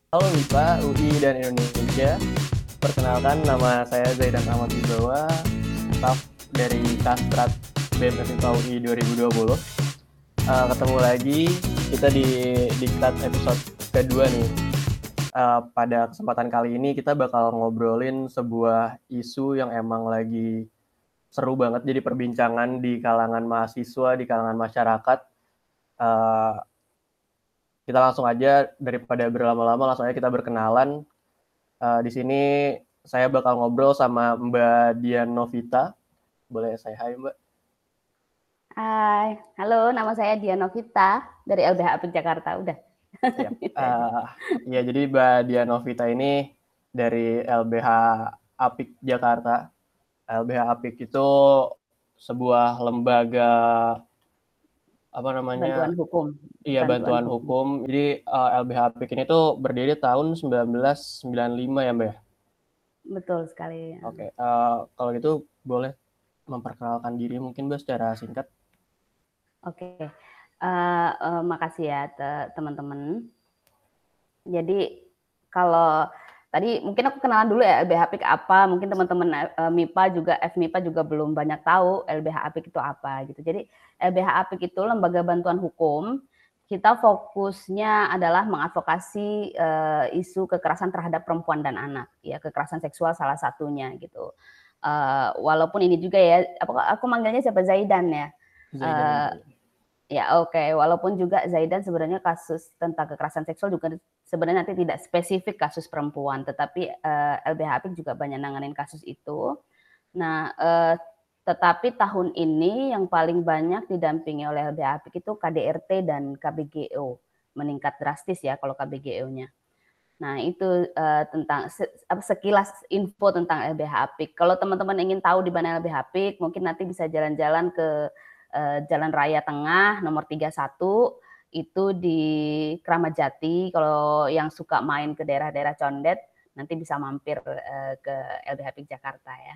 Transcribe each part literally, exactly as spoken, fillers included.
Halo MIPA, U I, dan Indonesia. Perkenalkan, nama saya Zaidan Ahmad Wibawa, staf dari Kastrat B M F MIPA U I dua ribu dua puluh. Uh, ketemu lagi kita di Diktat episode kedua nih. Uh, pada kesempatan kali ini kita bakal ngobrolin sebuah isu yang emang lagi seru banget jadi perbincangan di kalangan mahasiswa, di kalangan masyarakat. Uh, kita langsung aja daripada berlama-lama, langsung aja kita berkenalan. Uh, di sini saya bakal ngobrol sama Mbak Dian Novita. Boleh saya hai Mbak? Hai, halo, nama saya Dian Novita dari L B H Apik Jakarta. Udah. Ya, uh, ya jadi Mbak Dian Novita ini dari L B H Apik Jakarta. L B H Apik itu sebuah lembaga apa Bantuan namanya? hukum. Iya, Bantuan bantuan hukum. hukum. Jadi uh, L B H Apik ini tuh berdiri tahun sembilan belas sembilan puluh lima ya Mbak ya? Betul sekali. Oke, uh, kalau gitu boleh memperkenalkan diri mungkin Mbak secara singkat. Oke, uh, uh, makasih ya teman-teman. Jadi kalau tadi mungkin aku kenalan dulu ya L B H Apik apa, mungkin teman-teman uh, MIPA juga, F MIPA juga belum banyak tahu L B H Apik itu apa gitu. Jadi L B H Apik itu lembaga bantuan hukum. Kita fokusnya adalah mengadvokasi uh, isu kekerasan terhadap perempuan dan anak, ya kekerasan seksual salah satunya gitu. Uh, walaupun ini juga ya, aku, aku manggilnya siapa Zaidan ya. Zaidan Uh, aja. Ya oke, okay. Walaupun juga Zaidan sebenarnya kasus tentang kekerasan seksual juga sebenarnya nanti tidak spesifik kasus perempuan, tetapi uh, L B H Apik juga banyak nanganin kasus itu. Nah, uh, tetapi tahun ini yang paling banyak didampingi oleh L B H Apik itu K D R T dan K B G O, meningkat drastis ya kalau K B G O-nya. Nah, itu uh, tentang sekilas info tentang L B H Apik. Kalau teman-teman ingin tahu di mana L B H Apik, mungkin nanti bisa jalan-jalan ke uh, Jalan Raya Tengah nomor tiga puluh satu, itu di Kramat Jati. Kalau yang suka main ke daerah-daerah Condet, nanti bisa mampir uh, ke L B H Apik Jakarta ya.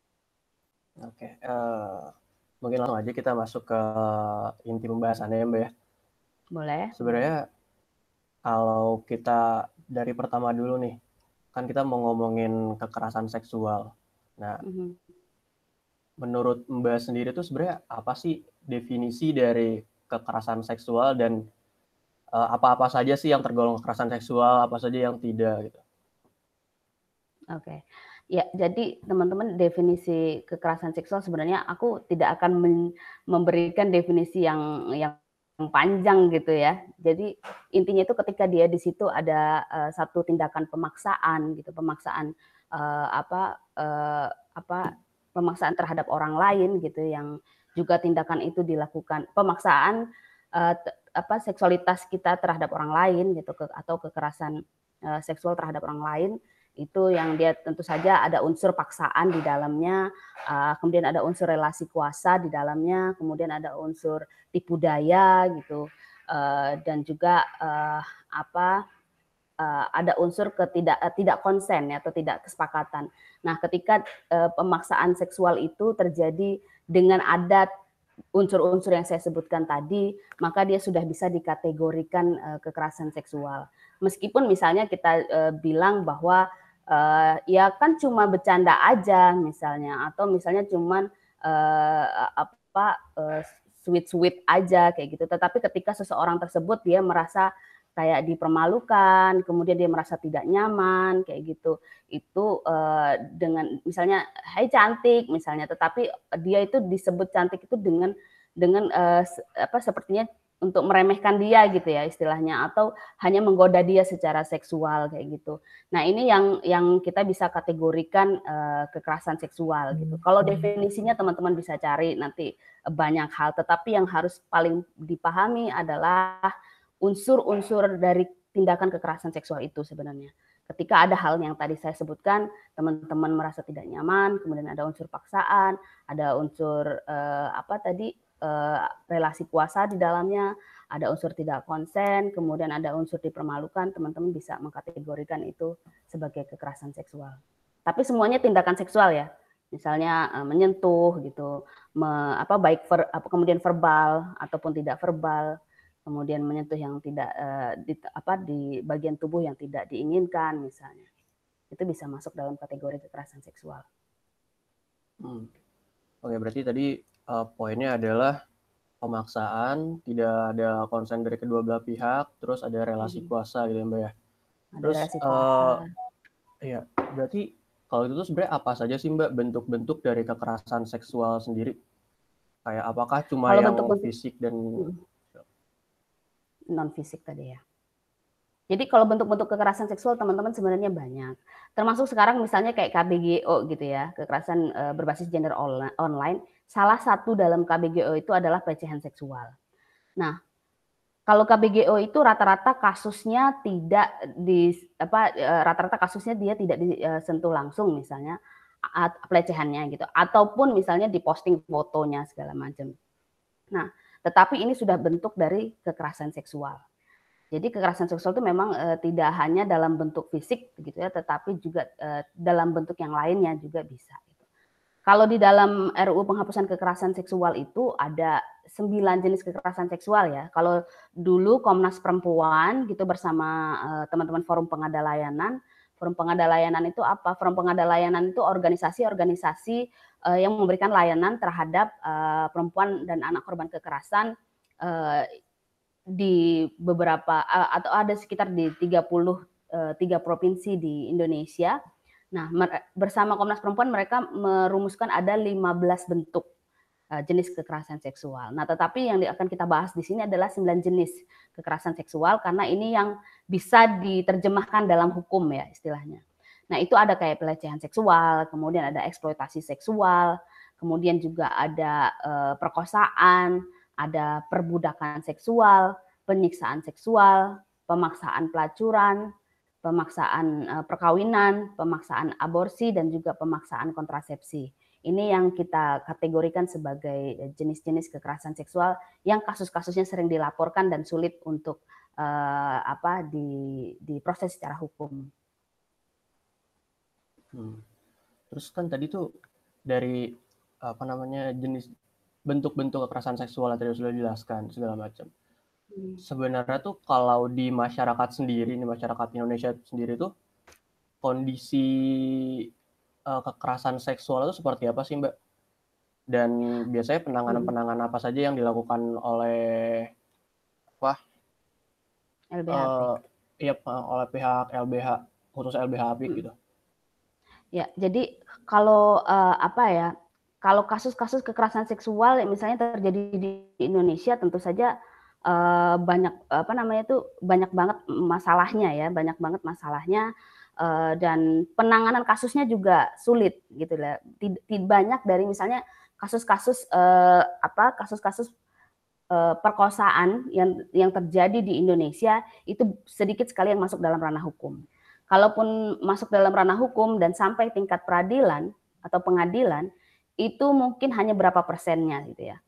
Oke, uh, mungkin langsung aja kita masuk ke inti pembahasannya ya Mbak ya. Boleh. Sebenarnya kalau kita dari pertama dulu nih, kan kita mau ngomongin kekerasan seksual. Nah, mm-hmm. menurut Mbak sendiri tuh sebenarnya apa sih definisi dari kekerasan seksual dan uh, apa-apa saja sih yang tergolong kekerasan seksual, apa saja yang tidak gitu? Oke. Ya, jadi teman-teman definisi kekerasan seksual sebenarnya aku tidak akan memberikan definisi yang yang panjang gitu ya. Jadi intinya itu ketika dia di situ ada uh, satu tindakan pemaksaan gitu, pemaksaan uh, apa uh, apa pemaksaan terhadap orang lain gitu yang juga tindakan itu dilakukan pemaksaan uh, apa seksualitas kita terhadap orang lain gitu ke, atau kekerasan uh, seksual terhadap orang lain itu yang dia tentu saja ada unsur paksaan di dalamnya, uh, kemudian ada unsur relasi kuasa di dalamnya, kemudian ada unsur tipu daya gitu, uh, dan juga uh, apa uh, ada unsur ketidak uh, tidak konsen ya, atau tidak kesepakatan. Nah, ketika uh, pemaksaan seksual itu terjadi dengan adat unsur-unsur yang saya sebutkan tadi, maka dia sudah bisa dikategorikan uh, kekerasan seksual. Meskipun misalnya kita uh, bilang bahwa uh, ya kan cuma bercanda aja misalnya, atau misalnya cuman uh, apa uh, sweet-sweet aja kayak gitu. Tetapi ketika seseorang tersebut dia merasa kayak dipermalukan, kemudian dia merasa tidak nyaman kayak gitu, itu uh, dengan misalnya hai cantik misalnya, tetapi dia itu disebut cantik itu dengan dengan uh, apa sepertinya untuk meremehkan dia gitu ya istilahnya, atau hanya menggoda dia secara seksual kayak gitu. Nah, ini yang yang kita bisa kategorikan uh, kekerasan seksual gitu. Kalau definisinya teman-teman bisa cari nanti banyak hal, tetapi yang harus paling dipahami adalah unsur-unsur dari tindakan kekerasan seksual itu sebenarnya. Ketika ada hal yang tadi saya sebutkan, teman-teman merasa tidak nyaman, kemudian ada unsur paksaan, ada unsur uh, apa tadi uh, relasi kuasa di dalamnya, ada unsur tidak konsen, kemudian ada unsur dipermalukan, teman-teman bisa mengkategorikan itu sebagai kekerasan seksual. Tapi semuanya tindakan seksual ya, misalnya uh, menyentuh gitu, me, apa baik ver, apa, kemudian verbal ataupun tidak verbal. kemudian menyentuh yang tidak uh, di, apa, di bagian tubuh yang tidak diinginkan misalnya. Itu bisa masuk dalam kategori kekerasan seksual. Hmm. Oke, berarti tadi uh, poinnya adalah pemaksaan, tidak ada konsen dari kedua belah pihak, terus ada relasi Hmm. kuasa gitu ya Mbak ya. Ada Terus relasi kuasa. Uh, iya, berarti kalau itu tuh sebenarnya apa saja sih Mbak bentuk-bentuk dari kekerasan seksual sendiri? Kayak apakah cuma Kalau yang bentuk-bentuk fisik dan non fisik tadi ya. Jadi kalau bentuk-bentuk kekerasan seksual teman-teman sebenarnya banyak. Termasuk sekarang misalnya kayak K B G O gitu ya, kekerasan uh, berbasis gender online. Salah satu dalam K B G O itu adalah pelecehan seksual. Nah, kalau K B G O itu rata-rata kasusnya tidak di apa rata-rata kasusnya dia tidak disentuh langsung misalnya pelecehannya gitu, ataupun misalnya diposting fotonya segala macam. Nah, tetapi ini sudah bentuk dari kekerasan seksual. Jadi kekerasan seksual itu memang uh, tidak hanya dalam bentuk fisik gitu ya, tetapi juga uh, dalam bentuk yang lainnya juga bisa. Gitu. Kalau di dalam R U U penghapusan kekerasan seksual itu ada sembilan jenis kekerasan seksual ya. Kalau dulu Komnas Perempuan gitu bersama uh, teman-teman Forum Pengada Layanan, Forum Pengada Layanan itu apa? Forum Pengada Layanan itu organisasi-organisasi uh, yang memberikan layanan terhadap uh, perempuan dan anak korban kekerasan uh, di beberapa atau ada sekitar di tiga puluh tiga provinsi di Indonesia. Nah, bersama Komnas Perempuan mereka merumuskan ada lima belas bentuk jenis kekerasan seksual. Nah, tetapi yang akan kita bahas di sini adalah sembilan jenis kekerasan seksual karena ini yang bisa diterjemahkan dalam hukum ya istilahnya. Nah, itu ada kayak pelecehan seksual, kemudian ada eksploitasi seksual, kemudian juga ada uh, perkosaan, ada perbudakan seksual, penyiksaan seksual, pemaksaan pelacuran, pemaksaan uh, perkawinan, pemaksaan aborsi, dan juga pemaksaan kontrasepsi. Ini yang kita kategorikan sebagai jenis-jenis kekerasan seksual yang kasus-kasusnya sering dilaporkan dan sulit untuk uh, apa di diproses secara hukum. Hmm. Terus kan tadi tuh dari apa namanya jenis bentuk-bentuk kekerasan seksual yang tadi sudah dijelaskan segala macam. Hmm. Sebenarnya tuh kalau di masyarakat sendiri, di masyarakat Indonesia sendiri tuh kondisi uh, kekerasan seksual itu seperti apa sih Mbak? Dan biasanya penanganan-penanganan apa saja yang dilakukan oleh apa? L B H P. Uh, iya, oleh pihak L B H, khusus L B H Apik hmm. gitu. Ya, jadi kalau uh, apa ya, kalau kasus-kasus kekerasan seksual yang misalnya terjadi di Indonesia tentu saja uh, banyak apa namanya itu banyak banget masalahnya ya, banyak banget masalahnya uh, dan penanganan kasusnya juga sulit gitu lah. Tidak banyak dari misalnya kasus-kasus uh, apa kasus-kasus uh, perkosaan yang yang terjadi di Indonesia itu sedikit sekali yang masuk dalam ranah hukum. Kalaupun masuk dalam ranah hukum dan sampai tingkat peradilan atau pengadilan, itu mungkin hanya berapa persennya gitu ya.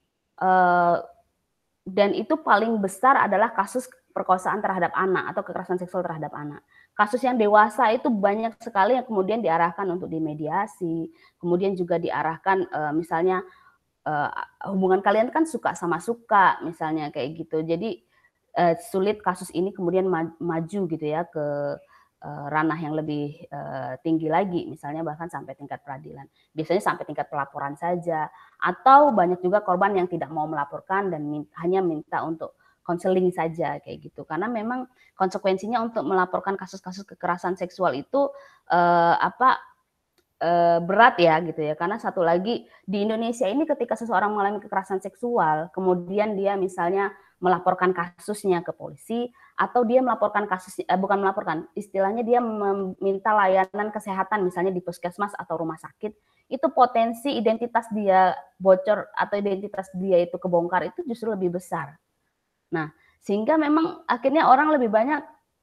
Uh, dan itu paling besar adalah kasus perkosaan terhadap anak atau kekerasan seksual terhadap anak. Kasus yang dewasa itu banyak sekali yang kemudian diarahkan untuk dimediasi, kemudian juga diarahkan uh, misalnya uh, hubungan kalian kan suka sama suka misalnya kayak gitu. Jadi uh, sulit kasus ini kemudian maju gitu ya ke uh, ranah yang lebih uh, tinggi lagi, misalnya bahkan sampai tingkat peradilan. Biasanya sampai tingkat pelaporan saja, atau banyak juga korban yang tidak mau melaporkan dan min- hanya minta untuk konseling saja kayak gitu. Karena memang konsekuensinya untuk melaporkan kasus-kasus kekerasan seksual itu uh, apa uh, berat ya gitu ya. Karena satu lagi di Indonesia ini ketika seseorang mengalami kekerasan seksual, kemudian dia misalnya melaporkan kasusnya ke polisi atau dia melaporkan kasus eh, bukan melaporkan, istilahnya dia meminta layanan kesehatan misalnya di puskesmas atau rumah sakit, itu potensi identitas dia bocor atau identitas dia itu kebongkar itu justru lebih besar. Nah, sehingga memang akhirnya orang lebih banyak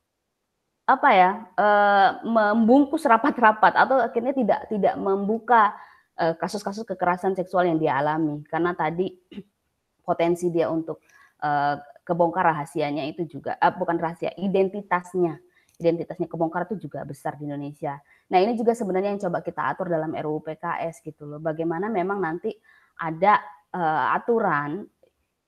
apa ya uh, membungkus rapat-rapat atau akhirnya tidak tidak membuka uh, kasus-kasus kekerasan seksual yang dia alami karena tadi potensi dia untuk uh, kebongkar rahasianya itu juga uh, bukan rahasia identitasnya identitasnya kebongkar itu juga besar di Indonesia. Nah ini juga sebenarnya yang coba kita atur dalam R U U P K S gitu loh. Bagaimana memang nanti ada uh, aturan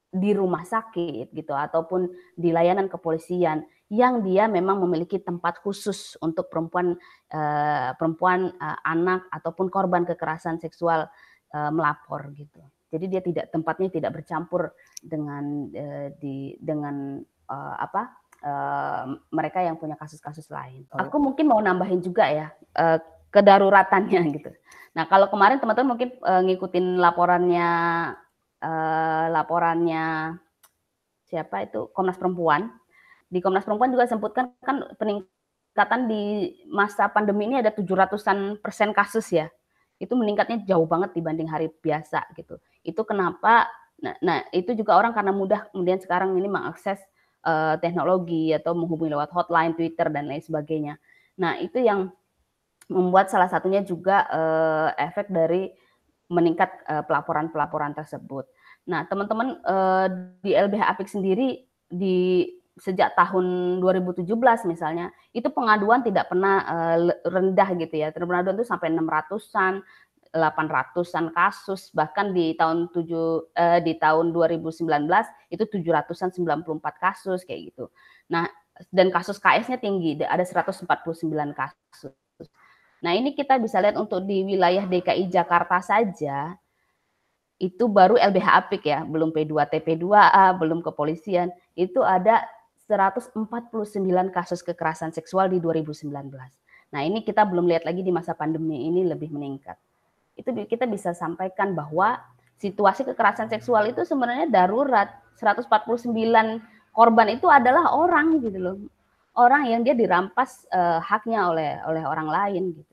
di rumah sakit gitu ataupun di layanan kepolisian yang dia memang memiliki tempat khusus untuk perempuan eee, perempuan, eee, anak ataupun korban kekerasan seksual, eee, melapor gitu. Jadi dia tidak tempatnya tidak bercampur dengan, eee, di dengan, eee, apa, eee, mereka yang punya kasus-kasus lain. Oh, Aku mungkin mau nambahin juga ya, eee, kedaruratannya gitu. Nah, kalau kemarin teman-teman mungkin, eee, ngikutin laporannya eee, laporannya siapa itu, Komnas Perempuan. Di Komnas Perempuan juga sebutkan kan peningkatan di masa pandemi ini ada tujuh ratusan persen kasus ya. Itu meningkatnya jauh banget dibanding hari biasa gitu. Itu kenapa nah nah itu juga orang karena mudah kemudian sekarang ini mengakses, eee, teknologi atau menghubungi lewat hotline, Twitter, dan lain sebagainya. Nah, itu yang membuat salah satunya juga, eee, efek dari meningkat, eee, pelaporan-pelaporan tersebut. Nah, teman-teman, eee, di L B H Apik sendiri di sejak tahun dua ribu tujuh belas misalnya, itu pengaduan tidak pernah, eee, le rendah gitu ya, pengaduan itu sampai enam ratusan, delapan ratusan kasus, bahkan di tahun tujuh eee, di tahun dua ribu sembilan belas itu tujuh ratusan sembilan puluh empat kasus kayak gitu. Nah, dan kasus K S-nya tinggi, ada seratus empat puluh sembilan kasus. Nah, ini kita bisa lihat untuk di wilayah D K I Jakarta saja, itu baru L B H Apik ya, belum P dua T, P dua A, belum kepolisian, itu ada seratus empat puluh sembilan kasus kekerasan seksual di dua ribu sembilan belas. Nah, ini kita belum lihat lagi di masa pandemi ini lebih meningkat. Itu kita bisa sampaikan bahwa situasi kekerasan seksual itu sebenarnya darurat. seratus empat puluh sembilan korban itu adalah orang gitu loh. Orang yang dia dirampas uh, haknya oleh oleh orang lain gitu.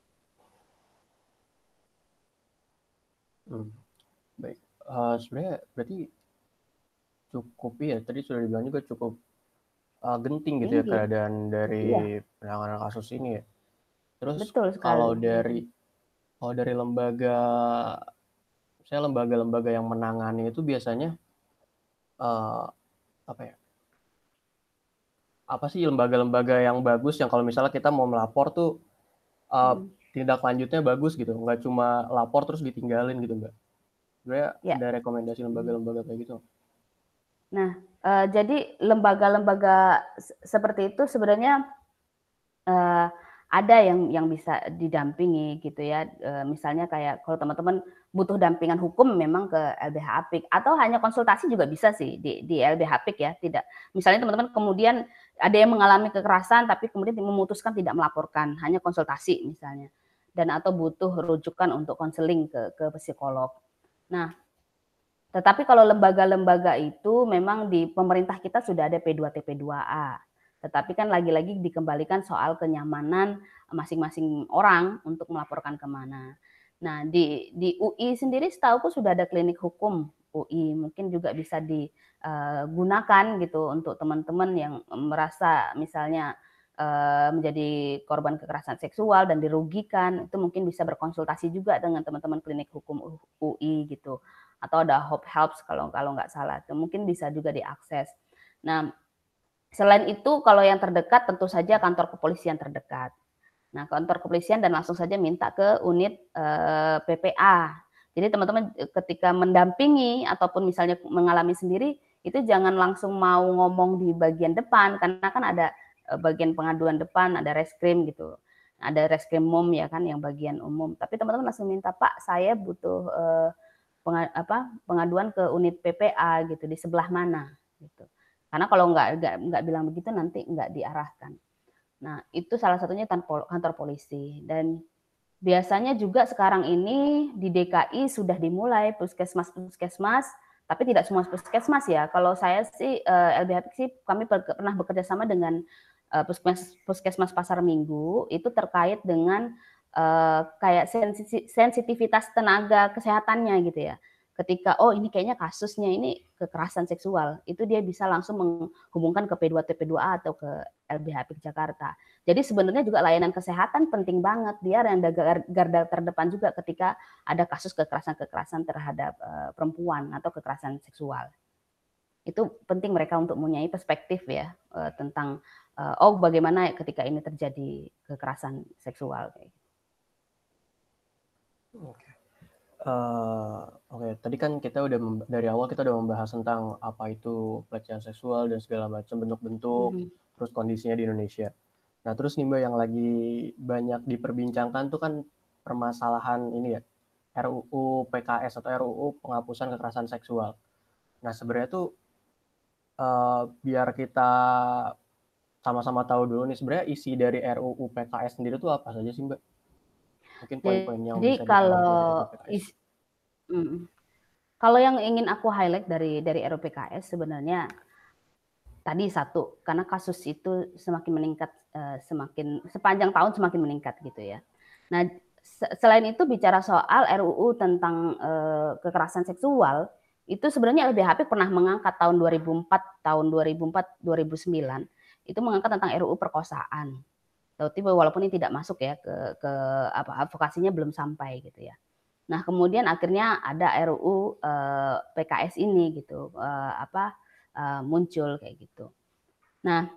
Hmm, baik. Uh, sebenarnya berarti cukup ya, tadi sudah dibilang juga cukup uh, genting gitu ya Tinggi. keadaan dari Iya, penanganan kasus ini ya. Terus betul kalau sekali. dari kalau dari lembaga, saya lembaga-lembaga yang menangani itu biasanya uh, apa ya? Apa sih lembaga-lembaga yang bagus yang kalau misalnya kita mau melapor tuh uh, Hmm. tindak lanjutnya bagus gitu, nggak cuma lapor terus ditinggalin gitu Mbak. Sebenarnya Ya. ada rekomendasi lembaga-lembaga kayak gitu? Nah, uh, jadi lembaga-lembaga seperti itu sebenarnya uh, ada yang yang bisa didampingi gitu ya. Uh, misalnya kayak kalau teman-teman butuh dampingan hukum memang ke L B H Apik atau hanya konsultasi juga bisa sih di di L B H Apik ya. Tidak, misalnya teman-teman kemudian ada yang mengalami kekerasan tapi kemudian memutuskan tidak melaporkan, hanya konsultasi misalnya, dan atau butuh rujukan untuk konseling ke ke psikolog. Nah, tetapi kalau lembaga-lembaga itu memang di pemerintah kita sudah ada P dua T, P dua A. Tetapi kan lagi-lagi dikembalikan soal kenyamanan masing-masing orang untuk melaporkan kemana. Nah, di di U I sendiri setahuku sudah ada klinik hukum U I, mungkin juga bisa digunakan gitu untuk teman-teman yang merasa misalnya menjadi korban kekerasan seksual dan dirugikan, itu mungkin bisa berkonsultasi juga dengan teman-teman klinik hukum U I gitu. Atau ada Hope Helps kalau kalau nggak salah, itu mungkin bisa juga diakses. Nah, selain itu kalau yang terdekat tentu saja kantor kepolisian terdekat. Nah, kantor kepolisian dan langsung saja minta ke unit eh, P P A. Jadi teman-teman ketika mendampingi ataupun misalnya mengalami sendiri, itu jangan langsung mau ngomong di bagian depan karena kan ada bagian pengaduan depan, ada reskrim gitu. Ada reskrim umum ya kan yang bagian umum. Tapi teman-teman langsung minta, Pak, saya butuh eh, pengaduan ke unit P P A gitu, di sebelah mana gitu. Karena kalau nggak nggak nggak bilang begitu nanti nggak diarahkan. Nah, itu salah satunya kantor polisi. Dan biasanya juga sekarang ini di D K I sudah dimulai puskesmas-puskesmas, tapi tidak semua puskesmas ya. Kalau saya sih L B H Apik sih kami pernah bekerja sama dengan puskesmas puskesmas Pasar Minggu, itu terkait dengan uh, kayak sensitivitas tenaga kesehatannya gitu ya. Ketika oh ini kayaknya kasusnya ini kekerasan seksual, itu dia bisa langsung menghubungkan ke P dua T P dua A atau ke L B H Apik Jakarta. Jadi sebenarnya juga layanan kesehatan penting banget, dia yang garda terdepan juga ketika ada kasus kekerasan-kekerasan terhadap uh, perempuan atau kekerasan seksual. Itu penting mereka untuk mempunyai perspektif ya uh, tentang uh, oh bagaimana ketika ini terjadi kekerasan seksual. Oke. Uh, Oke, okay. Tadi kan kita udah dari awal kita udah membahas tentang apa itu pelecehan seksual dan segala macam bentuk-bentuk, Mm-hmm. terus kondisinya di Indonesia. Nah, terus nih Mbak yang lagi banyak diperbincangkan tuh kan permasalahan ini ya, R U U P K S atau R U U penghapusan kekerasan seksual. Nah, sebenarnya tuh uh, biar kita sama-sama tahu dulu nih sebenarnya isi dari R U U P K S sendiri tuh apa saja sih Mbak? Mungkin poin-poin yang Jadi bisa di-highlight dari R U U kalau P K S. is, mm, kalau yang ingin aku highlight dari dari R U U P K S sebenarnya tadi satu, karena kasus itu semakin meningkat, uh, semakin sepanjang tahun semakin meningkat gitu ya. Nah, selain itu bicara soal R U U tentang uh, kekerasan seksual, itu sebenarnya L B H P pernah mengangkat tahun dua ribu empat, tahun dua ribu empat, dua ribu sembilan, itu mengangkat tentang R U U perkosaan. Tapi walaupun ini tidak masuk ya ke ke apa advokasinya belum sampai gitu ya. Nah, kemudian akhirnya ada R U U uh, P K S ini gitu, uh, apa uh, muncul kayak gitu. Nah,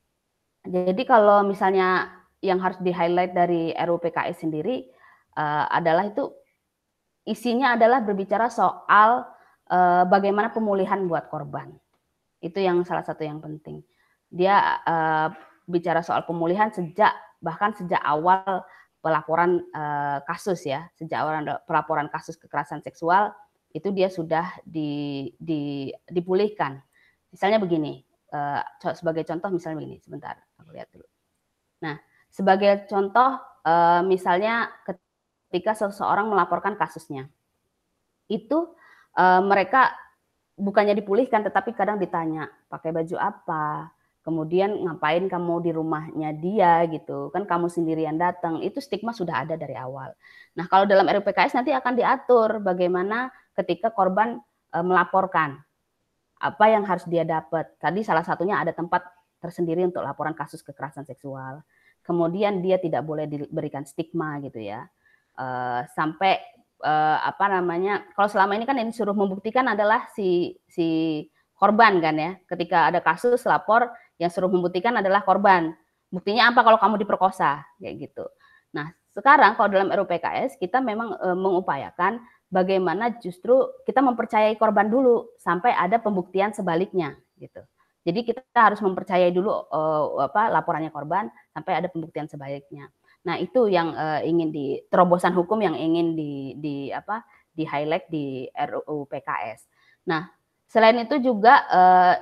jadi kalau misalnya yang harus di-highlight dari R U U P K S sendiri uh, adalah itu isinya adalah berbicara soal uh, bagaimana pemulihan buat korban. Itu yang salah satu yang penting. Dia uh, bicara soal pemulihan sejak bahkan sejak awal pelaporan uh, kasus ya, sejak awal pelaporan kasus kekerasan seksual itu dia sudah di, di, dipulihkan. Misalnya begini, uh, sebagai contoh misalnya begini, sebentar aku lihat dulu. Nah, sebagai contoh uh, misalnya ketika seseorang melaporkan kasusnya, itu uh, mereka bukannya dipulihkan, tetapi kadang ditanya, pakai baju apa, kemudian ngapain kamu di rumahnya dia gitu, kan kamu sendirian datang, itu stigma sudah ada dari awal. Nah, kalau dalam R U U P K S nanti akan diatur bagaimana ketika korban e, melaporkan, apa yang harus dia dapat. Tadi salah satunya ada tempat tersendiri untuk laporan kasus kekerasan seksual. Kemudian dia tidak boleh diberikan stigma gitu ya, e, sampai Uh, apa namanya, kalau selama ini kan yang disuruh membuktikan adalah si si korban kan ya, ketika ada kasus lapor yang suruh membuktikan adalah korban, buktinya apa kalau kamu diperkosa kayak gitu. Nah, sekarang kalau dalam R U U P K S kita memang uh, mengupayakan bagaimana justru kita mempercayai korban dulu sampai ada pembuktian sebaliknya gitu. Jadi kita harus mempercayai dulu uh, apa laporannya korban sampai ada pembuktian sebaliknya. Nah, itu yang uh, ingin di terobosan hukum yang ingin di, di apa di highlight di R U U P K S. Nah, selain itu juga uh,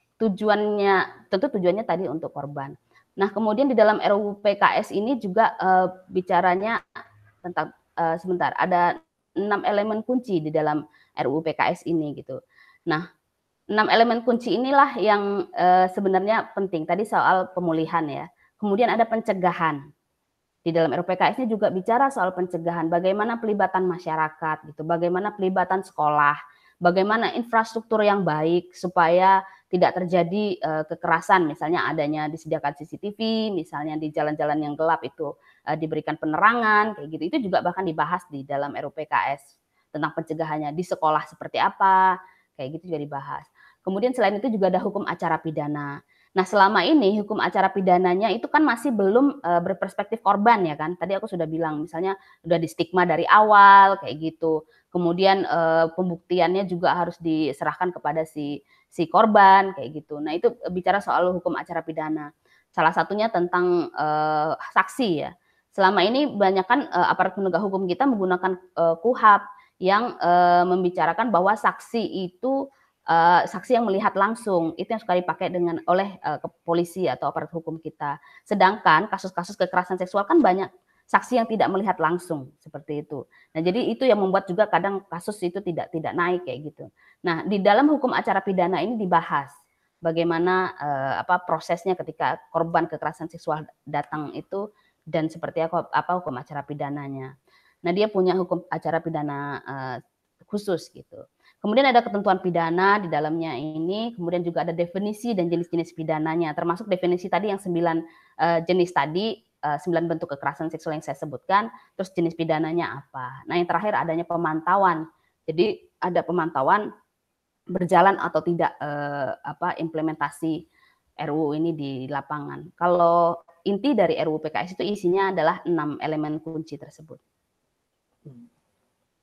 tujuannya tentu tujuannya tadi untuk korban. Nah, kemudian di dalam R U U P K S ini juga uh, bicaranya tentang uh, sebentar ada enam elemen kunci di dalam R U U P K S ini gitu. Nah, enam elemen kunci inilah yang uh, sebenarnya penting. Tadi soal pemulihan ya. Kemudian ada pencegahan. Di dalam R U U P K S ini juga bicara soal pencegahan, bagaimana pelibatan masyarakat, gitu, bagaimana pelibatan sekolah, bagaimana infrastruktur yang baik supaya tidak terjadi uh, kekerasan, misalnya adanya disediakan C C T V, misalnya di jalan-jalan yang gelap itu uh, diberikan penerangan, kayak gitu. Itu juga bahkan dibahas di dalam R U U P K S tentang pencegahannya di sekolah seperti apa, kayak gitu juga dibahas. Kemudian selain itu juga ada hukum acara pidana. Nah, selama ini hukum acara pidananya itu kan masih belum uh, berperspektif korban ya kan. Tadi aku sudah bilang misalnya sudah di stigma dari awal kayak gitu. Kemudian uh, pembuktiannya juga harus diserahkan kepada si si korban kayak gitu. Nah, itu bicara soal hukum acara pidana. Salah satunya tentang uh, saksi ya. Selama ini banyak kan uh, aparat penegak hukum kita menggunakan uh, KUHAP yang uh, membicarakan bahwa saksi itu Uh, saksi yang melihat langsung itu yang suka dipakai dengan oleh uh, polisi atau aparat hukum kita. Sedangkan kasus-kasus kekerasan seksual kan banyak saksi yang tidak melihat langsung seperti itu. Nah, jadi itu yang membuat juga kadang kasus itu tidak tidak naik kayak gitu. Nah, di dalam hukum acara pidana ini dibahas bagaimana uh, apa prosesnya ketika korban kekerasan seksual datang itu dan seperti apa, apa hukum acara pidananya. Nah, dia punya hukum acara pidana uh, khusus gitu. Kemudian ada ketentuan pidana di dalamnya ini, kemudian juga ada definisi dan jenis-jenis pidananya, termasuk definisi tadi yang sembilan uh, jenis tadi, uh, sembilan bentuk kekerasan seksual yang saya sebutkan, terus jenis pidananya apa. Nah, yang terakhir adanya pemantauan. Jadi ada pemantauan berjalan atau tidak uh, apa implementasi R U U ini di lapangan. Kalau inti dari R U U P K S itu isinya adalah enam elemen kunci tersebut.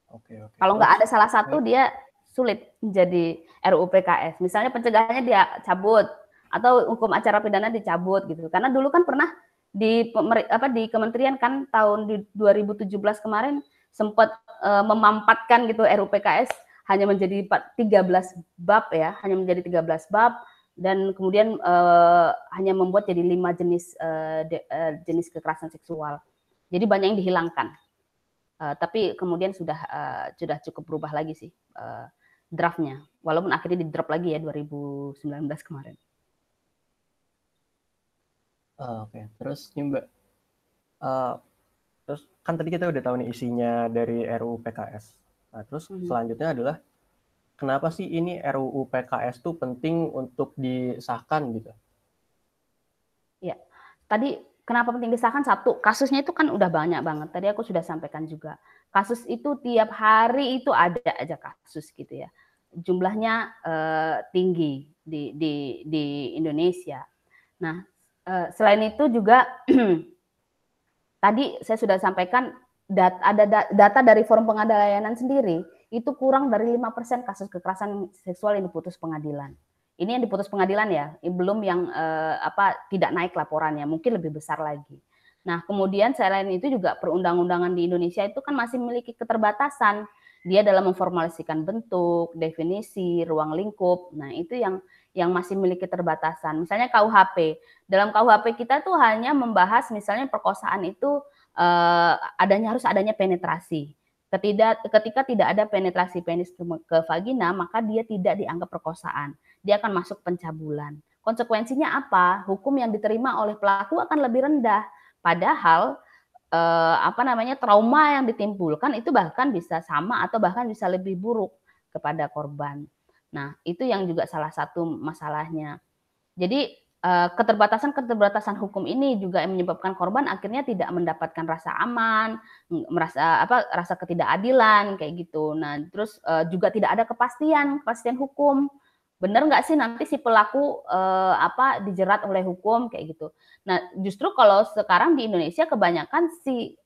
Oke, oke. Kalau Terus nggak ada salah satu, baik. dia sulit menjadi R U U P K S. Misalnya pencegahannya dia cabut, atau hukum acara pidana dicabut gitu. Karena dulu kan pernah di apa di kementerian kan tahun di dua ribu tujuh belas kemarin sempat uh, memampatkan gitu R U U P K S hanya menjadi tiga belas bab ya, hanya menjadi tiga belas bab, dan kemudian uh, hanya membuat jadi lima jenis uh, de, uh, jenis kekerasan seksual. Jadi banyak yang dihilangkan. Uh, tapi kemudian sudah uh, sudah cukup berubah lagi sih uh, draftnya, walaupun akhirnya di drop lagi ya dua ribu sembilan belas kemarin. Uh, Oke, okay. Terus nih Mbak, uh, terus kan tadi kita udah tahu nih isinya dari R U U P K S. Nah, terus mm-hmm. selanjutnya adalah kenapa sih ini R U U P K S tuh penting untuk disahkan gitu? Ya, tadi kenapa penting disahkan? Satu, kasusnya itu kan udah banyak banget. Tadi aku sudah sampaikan juga. Kasus itu tiap hari itu ada aja kasus gitu ya. Jumlahnya uh, tinggi di, di, di Indonesia. Nah, uh, selain itu juga tadi saya sudah sampaikan dat, ada data dari Forum Pengadaan Layanan sendiri, itu kurang dari lima persen kasus kekerasan seksual yang diputus pengadilan. Ini yang diputus pengadilan ya, belum yang eh, apa tidak naik laporannya, mungkin lebih besar lagi. Nah, kemudian selain itu juga perundang-undangan di Indonesia itu kan masih memiliki keterbatasan. Dia dalam memformulasikan bentuk, definisi, ruang lingkup. Nah, itu yang yang masih memiliki keterbatasan. Misalnya K U H P. Dalam K U H P kita tuh hanya membahas misalnya perkosaan itu eh, adanya harus adanya penetrasi. Ketika, ketika tidak ada penetrasi penis ke, ke vagina, maka dia tidak dianggap perkosaan. Dia akan masuk pencabulan. Konsekuensinya apa? Hukum yang diterima oleh pelaku akan lebih rendah. Padahal eh, apa namanya trauma yang ditimbulkan itu bahkan bisa sama atau bahkan bisa lebih buruk kepada korban. Nah, itu yang juga salah satu masalahnya. Jadi eh, keterbatasan-keterbatasan hukum ini juga yang menyebabkan korban akhirnya tidak mendapatkan rasa aman, merasa apa rasa ketidakadilan kayak gitu. Nah, terus eh, juga tidak ada kepastian, kepastian hukum. Benar nggak sih nanti si pelaku eh, apa dijerat oleh hukum kayak gitu. Nah, justru kalau sekarang di Indonesia kebanyakan si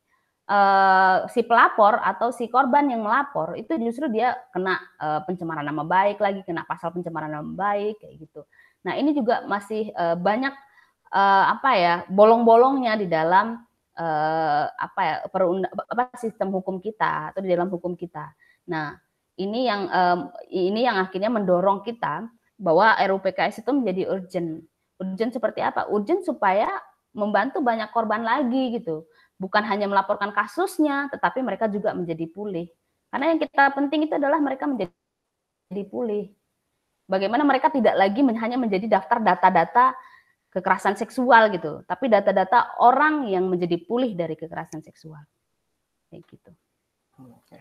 uh, si pelapor atau si korban yang melapor itu justru dia kena uh, pencemaran nama baik lagi, kena pasal pencemaran nama baik kayak gitu. Nah, ini juga masih uh, banyak uh, apa ya bolong-bolongnya di dalam uh, apa ya perunda, apa sistem hukum kita atau di dalam hukum kita. Nah, ini yang um, ini yang akhirnya mendorong kita bahwa R U U P K S itu menjadi urgent. Urgent seperti apa? Urgent supaya membantu banyak korban lagi gitu. Bukan hanya melaporkan kasusnya, tetapi mereka juga menjadi pulih. Karena yang kita penting itu adalah mereka menjadi pulih. Bagaimana mereka tidak lagi hanya menjadi daftar data-data kekerasan seksual gitu, tapi data-data orang yang menjadi pulih dari kekerasan seksual. Kayak gitu. Oke.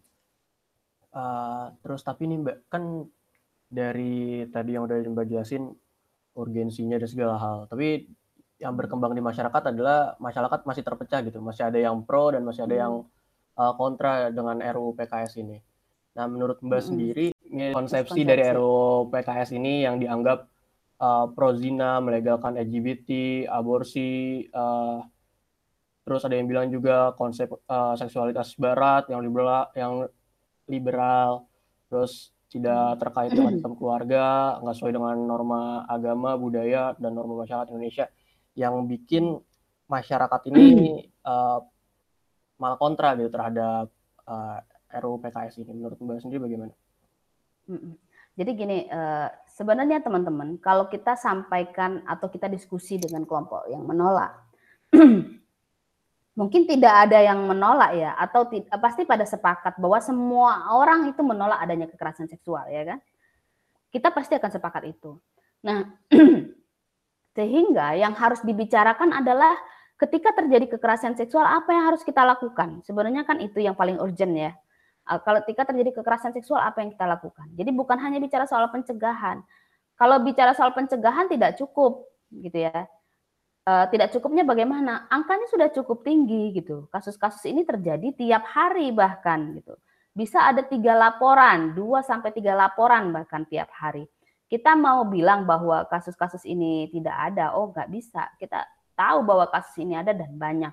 Uh, terus tapi nih Mbak, kan dari tadi yang udah Mbak jelasin urgensinya dan segala hal, tapi yang berkembang di masyarakat adalah masyarakat masih terpecah gitu, masih ada yang pro dan masih ada yang uh, kontra dengan R U U P K S ini. Nah, menurut Mbak hmm. sendiri konsepsi, konsepsi dari R U U P K S ini yang dianggap uh, pro zina, melegalkan L G B T, aborsi, uh, terus ada yang bilang juga konsep uh, seksualitas barat yang liberal, yang liberal, terus tidak terkait dengan sistem keluarga, nggak sesuai dengan norma agama, budaya, dan norma masyarakat Indonesia, yang bikin masyarakat ini uh, malah kontra gitu terhadap uh, R U U P K S ini. Menurut Mbak sendiri bagaimana? Jadi gini, uh, sebenarnya teman-teman, kalau kita sampaikan atau kita diskusi dengan kelompok yang menolak, mungkin tidak ada yang menolak ya, atau pasti pada sepakat bahwa semua orang itu menolak adanya kekerasan seksual, ya kan? Kita pasti akan sepakat itu. Nah, sehingga yang harus dibicarakan adalah ketika terjadi kekerasan seksual, apa yang harus kita lakukan? Sebenarnya kan itu yang paling urgent ya. Kalau ketika terjadi kekerasan seksual, apa yang kita lakukan? Jadi bukan hanya bicara soal pencegahan. Kalau bicara soal pencegahan tidak cukup, gitu ya. Uh, tidak cukupnya bagaimana? Angkanya sudah cukup tinggi gitu. Kasus-kasus ini terjadi tiap hari bahkan gitu. Bisa ada tiga laporan, dua sampai tiga laporan bahkan tiap hari. Kita mau bilang bahwa kasus-kasus ini tidak ada, oh nggak bisa. Kita tahu bahwa kasus ini ada dan banyak.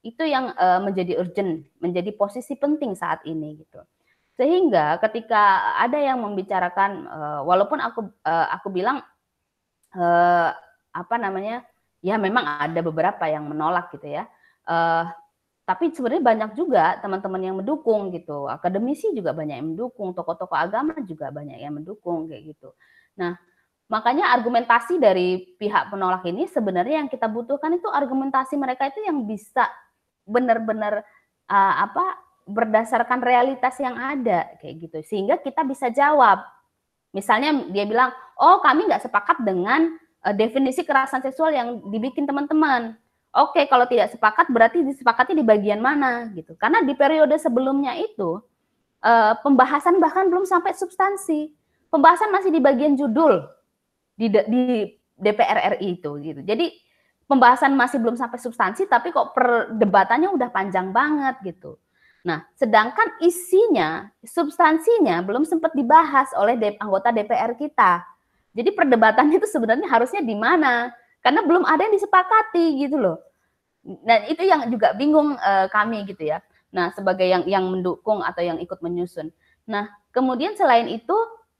Itu yang uh, menjadi urgent, menjadi posisi penting saat ini gitu. Sehingga ketika ada yang membicarakan, uh, walaupun aku uh, aku bilang uh, apa namanya, ya memang ada beberapa yang menolak gitu ya. Uh, tapi sebenarnya banyak juga teman-teman yang mendukung gitu. Akademisi juga banyak yang mendukung, tokoh-tokoh agama juga banyak yang mendukung kayak gitu. Nah, makanya argumentasi dari pihak penolak ini sebenarnya yang kita butuhkan itu argumentasi mereka itu yang bisa benar-benar uh, apa berdasarkan realitas yang ada kayak gitu. Sehingga kita bisa jawab. Misalnya dia bilang, "Oh, kami nggak sepakat dengan uh, definisi kekerasan seksual yang dibikin teman-teman." Oke, kalau tidak sepakat berarti disepakati di bagian mana gitu. Karena di periode sebelumnya itu uh, pembahasan bahkan belum sampai substansi. Pembahasan masih di bagian judul di, di D P R R I itu gitu. Jadi pembahasan masih belum sampai substansi tapi kok perdebatannya udah panjang banget gitu. Nah, sedangkan isinya, substansinya belum sempat dibahas oleh anggota D P R kita. Jadi perdebatannya itu sebenarnya harusnya di mana? Karena belum ada yang disepakati gitu loh. Dan itu yang juga bingung uh, kami gitu ya. Nah, sebagai yang yang mendukung atau yang ikut menyusun. Nah, kemudian selain itu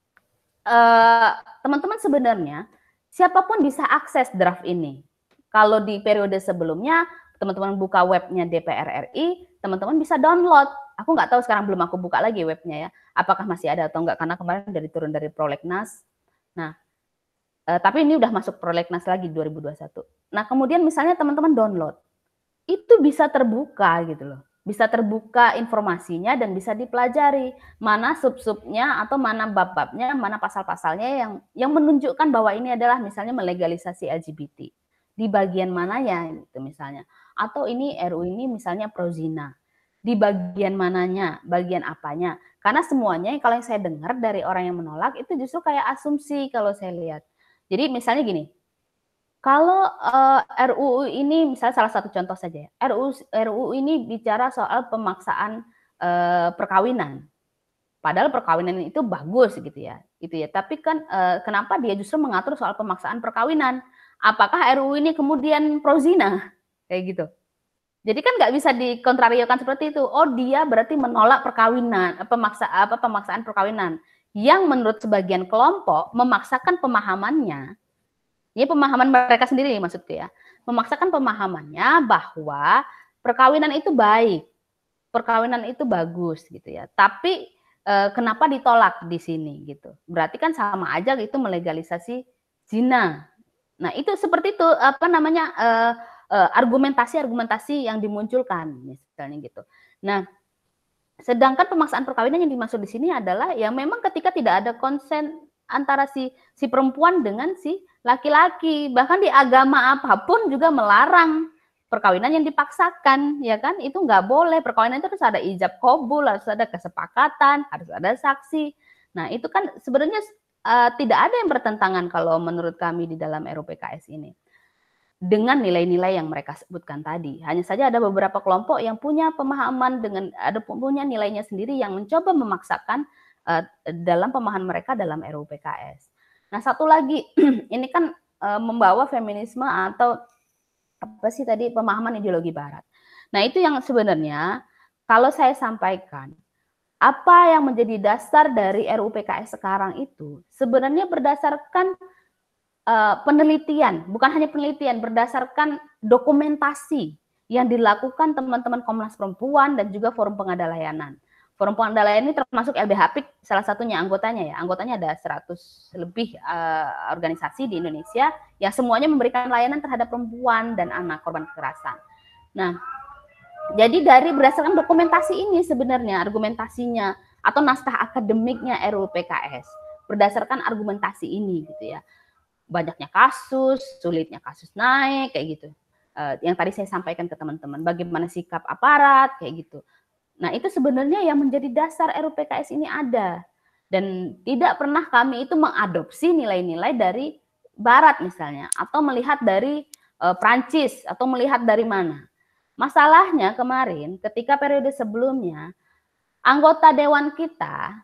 uh, teman-teman sebenarnya siapapun bisa akses draft ini. Kalau di periode sebelumnya teman-teman buka webnya D P R R I, teman-teman bisa download. Aku nggak tahu sekarang, belum aku buka lagi webnya ya. Apakah masih ada atau enggak, karena kemarin dari turun dari prolegnas. Nah, Uh, tapi ini udah masuk prolegnas lagi dua ribu dua puluh satu. Nah, kemudian misalnya teman-teman download, itu bisa terbuka gitu loh. Bisa terbuka informasinya dan bisa dipelajari mana sub-subnya atau mana bab-babnya, mana pasal-pasalnya yang yang menunjukkan bahwa ini adalah misalnya melegalisasi L G B T. Di bagian mananya gitu misalnya. Atau ini R U ini misalnya pro zina. Di bagian mananya, bagian apanya. Karena semuanya kalau yang saya dengar dari orang yang menolak itu justru kayak asumsi kalau saya lihat. Jadi misalnya gini, kalau uh, R U U ini misalnya salah satu contoh saja, R U U, R U U ini bicara soal pemaksaan uh, perkawinan. Padahal perkawinan itu bagus gitu ya, gitu ya. Tapi kan uh, kenapa dia justru mengatur soal pemaksaan perkawinan? Apakah R U U ini kemudian pro zina? Kayak gitu. Jadi kan nggak bisa dikontrariokan seperti itu. Oh, dia berarti menolak perkawinan, pemaksa apa pemaksaan perkawinan. Yang menurut sebagian kelompok memaksakan pemahamannya, ini pemahaman mereka sendiri maksudku ya, memaksakan pemahamannya bahwa perkawinan itu baik, perkawinan itu bagus gitu ya. Tapi eh, kenapa ditolak di sini gitu? Berarti kan sama aja itu melegalisasi zina. Nah itu seperti itu apa namanya eh, eh, argumentasi-argumentasi yang dimunculkan misalnya gitu. Nah sedangkan pemaksaan perkawinan yang dimaksud di sini adalah ya memang ketika tidak ada konsen antara si si perempuan dengan si laki-laki. Bahkan di agama apapun juga melarang perkawinan yang dipaksakan, ya kan? Itu nggak boleh. Perkawinan itu harus ada ijab kabul, harus ada kesepakatan, harus ada saksi. Nah itu kan sebenarnya uh, tidak ada yang bertentangan kalau menurut kami di dalam R U U P K S ini dengan nilai-nilai yang mereka sebutkan tadi. Hanya saja ada beberapa kelompok yang punya pemahaman dengan ada punya nilainya sendiri yang mencoba memaksakan uh, dalam pemahaman mereka dalam R U U P K S. Nah, satu lagi ini kan uh, membawa feminisme atau apa sih tadi pemahaman ideologi barat. Nah, itu yang sebenarnya kalau saya sampaikan apa yang menjadi dasar dari R U U P K S sekarang itu sebenarnya berdasarkan Uh, penelitian, bukan hanya penelitian, berdasarkan dokumentasi yang dilakukan teman-teman Komnas Perempuan dan juga Forum Pengada Layanan. Forum Pengada Layanan ini termasuk L B H P I K salah satunya anggotanya ya. Anggotanya ada seratus lebih uh, organisasi di Indonesia yang semuanya memberikan layanan terhadap perempuan dan anak korban kekerasan. Nah, jadi dari berdasarkan dokumentasi ini sebenarnya argumentasinya atau naskah akademiknya R U U P K S berdasarkan argumentasi ini gitu ya. Banyaknya kasus, sulitnya kasus naik, kayak gitu. Uh, yang tadi saya sampaikan ke teman-teman, bagaimana sikap aparat, kayak gitu. Nah, itu sebenarnya yang menjadi dasar R U U P K S ini ada. Dan tidak pernah kami itu mengadopsi nilai-nilai dari Barat misalnya, atau melihat dari uh, Prancis, atau melihat dari mana. Masalahnya kemarin, ketika periode sebelumnya, anggota Dewan kita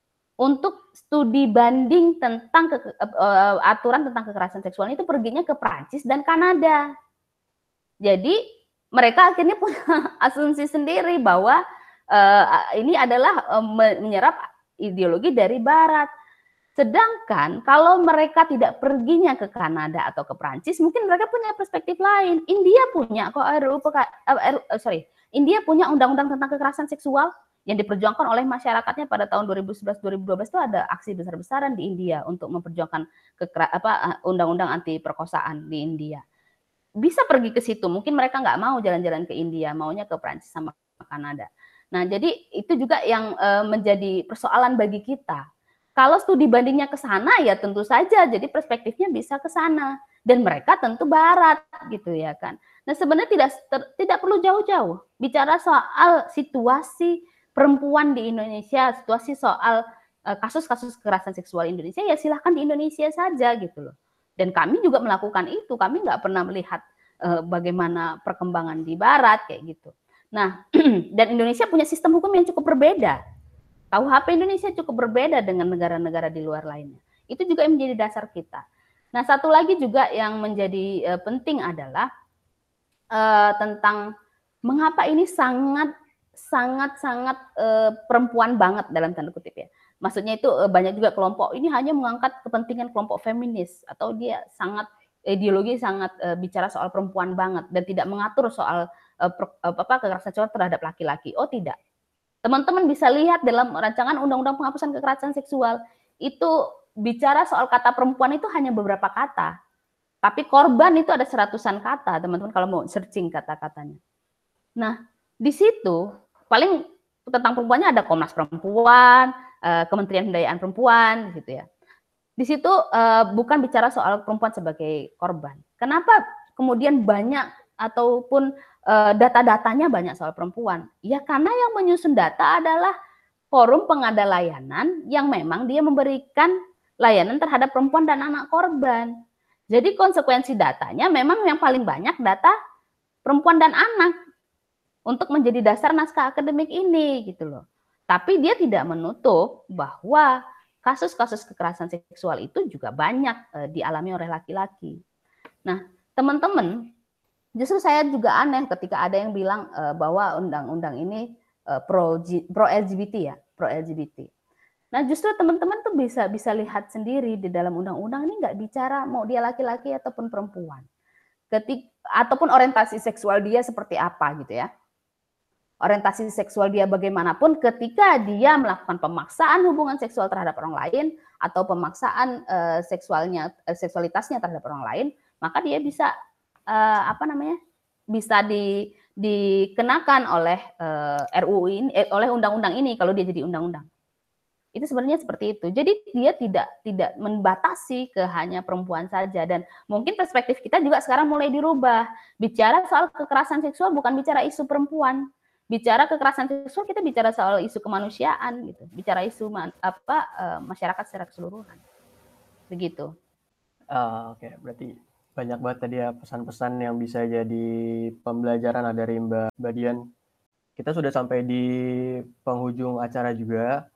untuk studi banding tentang ke, uh, aturan tentang kekerasan seksual itu perginya ke Prancis dan Kanada. Jadi mereka akhirnya punya asumsi sendiri bahwa uh, ini adalah uh, menyerap ideologi dari Barat. Sedangkan kalau mereka tidak perginya ke Kanada atau ke Prancis, mungkin mereka punya perspektif lain. India punya kok R U uh, uh, sorry, India punya undang-undang tentang kekerasan seksual yang diperjuangkan oleh masyarakatnya pada tahun dua ribu sebelas dua ribu dua belas itu ada aksi besar-besaran di India untuk memperjuangkan kekera, apa undang-undang anti perkosaan di India. Bisa pergi ke situ, mungkin mereka nggak mau jalan-jalan ke India, maunya ke Prancis sama Kanada. Nah, jadi itu juga yang uh, menjadi persoalan bagi kita. Kalau studi bandingnya ke sana ya tentu saja jadi perspektifnya bisa ke sana dan mereka tentu Barat gitu ya kan. Nah, sebenarnya tidak ter, tidak perlu jauh-jauh bicara soal situasi perempuan di Indonesia, situasi soal uh, kasus-kasus kekerasan seksual Indonesia ya silahkan di Indonesia saja gitu loh. Dan kami juga melakukan itu, kami nggak pernah melihat uh, bagaimana perkembangan di Barat kayak gitu. Nah, dan Indonesia punya sistem hukum yang cukup berbeda. K U H P Indonesia cukup berbeda dengan negara-negara di luar lainnya. Itu juga yang menjadi dasar kita. Nah, satu lagi juga yang menjadi uh, penting adalah uh, tentang mengapa ini sangat sangat sangat uh, perempuan banget dalam tanda kutip ya. Maksudnya itu uh, banyak juga kelompok ini hanya mengangkat kepentingan kelompok feminis atau dia sangat ideologi sangat uh, bicara soal perempuan banget dan tidak mengatur soal uh, per, uh, apa kekerasan seksual terhadap laki-laki. Oh, tidak. Teman-teman bisa lihat dalam rancangan Undang-Undang Penghapusan Kekerasan Seksual, itu bicara soal kata perempuan itu hanya beberapa kata. Tapi korban itu ada seratusan kata, teman-teman kalau mau searching kata-katanya. Nah, di situ paling tentang perempuannya ada Komnas Perempuan, Kementerian Pemberdayaan Perempuan, gitu ya. Di situ bukan bicara soal perempuan sebagai korban. Kenapa kemudian banyak ataupun uh, data-datanya banyak soal perempuan? Ya karena yang menyusun data adalah forum pengada layanan yang memang dia memberikan layanan terhadap perempuan dan anak korban. Jadi konsekuensi datanya memang yang paling banyak data perempuan dan anak untuk menjadi dasar naskah akademik ini gitu loh. Tapi dia tidak menutup bahwa kasus-kasus kekerasan seksual itu juga banyak uh, dialami oleh laki-laki. Nah, teman-teman, justru saya juga aneh ketika ada yang bilang uh, bahwa undang-undang ini uh, pro pro L G B T ya, pro L G B T. Nah, justru teman-teman tuh bisa bisa lihat sendiri di dalam undang-undang ini nggak bicara mau dia laki-laki ataupun perempuan. Ketik ataupun orientasi seksual dia seperti apa gitu ya. Orientasi seksual dia bagaimanapun ketika dia melakukan pemaksaan hubungan seksual terhadap orang lain atau pemaksaan uh, seksualnya uh, seksualitasnya terhadap orang lain, maka dia bisa uh, apa namanya? bisa di, dikenakan oleh uh, R U U ini eh, oleh undang-undang ini kalau dia jadi undang-undang. Itu sebenarnya seperti itu. Jadi dia tidak tidak membatasi ke hanya perempuan saja dan mungkin perspektif kita juga sekarang mulai dirubah. Bicara soal kekerasan seksual bukan bicara isu perempuan. Bicara kekerasan seksual kita bicara soal isu kemanusiaan gitu. Bicara isu man, apa uh, masyarakat secara keseluruhan. Begitu. Uh, Oke, okay. Berarti banyak banget tadi ya pesan-pesan yang bisa jadi pembelajaran dari Mbak Mbak Dian. Kita sudah sampai di penghujung acara juga.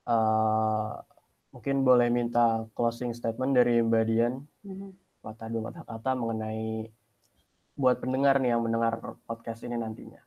Uh, mungkin boleh minta closing statement dari Mbak Dian. Mm-hmm. Kata dua kata-kata mengenai buat pendengar nih yang mendengar podcast ini nantinya.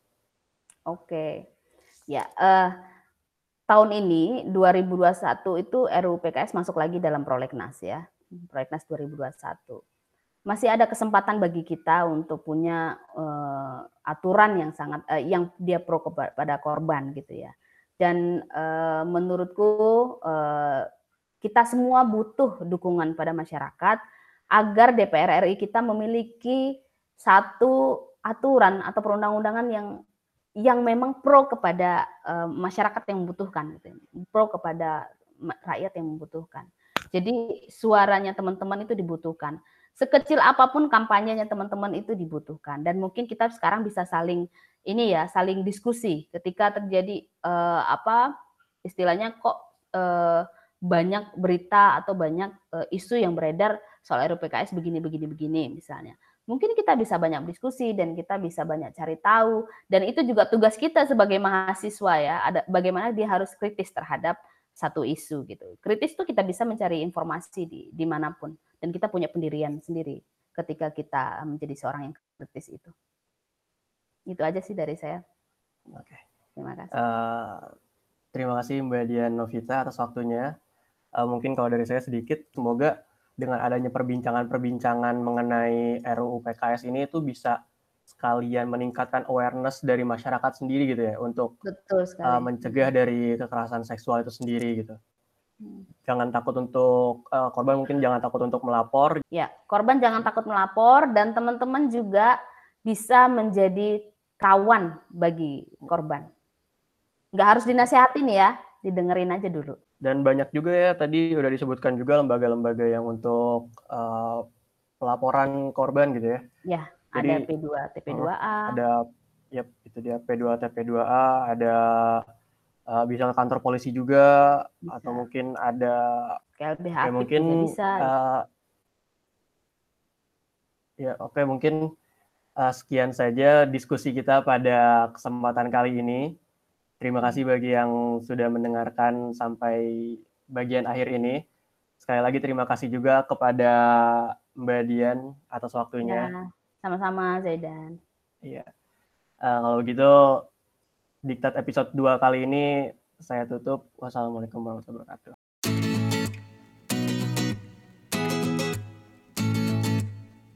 Oke, ya uh, tahun ini dua ribu dua puluh satu itu R U U P K S masuk lagi dalam prolegnas ya, prolegnas dua ribu dua puluh satu. Masih ada kesempatan bagi kita untuk punya uh, aturan yang sangat uh, yang dia pro kepada korban gitu ya. Dan uh, menurutku uh, kita semua butuh dukungan pada masyarakat agar D P R R I kita memiliki satu aturan atau perundang-undangan yang yang memang pro kepada uh, masyarakat yang membutuhkan, gitu. Pro kepada rakyat yang membutuhkan. Jadi suaranya teman-teman itu dibutuhkan. Sekecil apapun kampanyenya teman-teman itu dibutuhkan. Dan mungkin kita sekarang bisa saling ini ya, saling diskusi ketika terjadi uh, apa istilahnya kok uh, banyak berita atau banyak uh, isu yang beredar soal R U U P K S begini begini begini misalnya. Mungkin kita bisa banyak diskusi dan kita bisa banyak cari tahu dan itu juga tugas kita sebagai mahasiswa ya, ada bagaimana dia harus kritis terhadap satu isu gitu. Kritis itu kita bisa mencari informasi di dimanapun dan kita punya pendirian sendiri ketika kita menjadi seorang yang kritis itu. Itu aja sih dari saya. Oke. Terima kasih. Uh, terima kasih Mbak Dian Novita atas waktunya. Uh, mungkin kalau dari saya sedikit, semoga dengan adanya perbincangan-perbincangan mengenai R U U P K S ini itu bisa sekalian meningkatkan awareness dari masyarakat sendiri gitu ya, untuk Betul sekali. uh, mencegah dari kekerasan seksual itu sendiri gitu. Hmm. Jangan takut untuk uh, korban mungkin jangan takut untuk melapor. Ya, korban jangan takut melapor, dan teman-teman juga bisa menjadi kawan bagi korban. Nggak harus dinasehatin ya, didengerin aja dulu. Dan banyak juga ya, tadi udah disebutkan juga lembaga-lembaga yang untuk uh, pelaporan korban gitu ya. Ya, Jadi, ada P dua T P dua A. Ada, ya itu dia P dua T P dua A, ada uh, bisa ke kantor polisi juga, Bisa. atau mungkin ada K L B H ya aktif mungkin juga bisa. Uh, ya oke okay, mungkin uh, sekian saja diskusi kita pada kesempatan kali ini. Terima kasih bagi yang sudah mendengarkan sampai bagian akhir ini. Sekali lagi terima kasih juga kepada Mbak Dian atas waktunya. Ya, sama-sama Zaidan. Iya. Uh, kalau gitu Diktat episode dua kali ini saya tutup. Wassalamualaikum warahmatullahi wabarakatuh.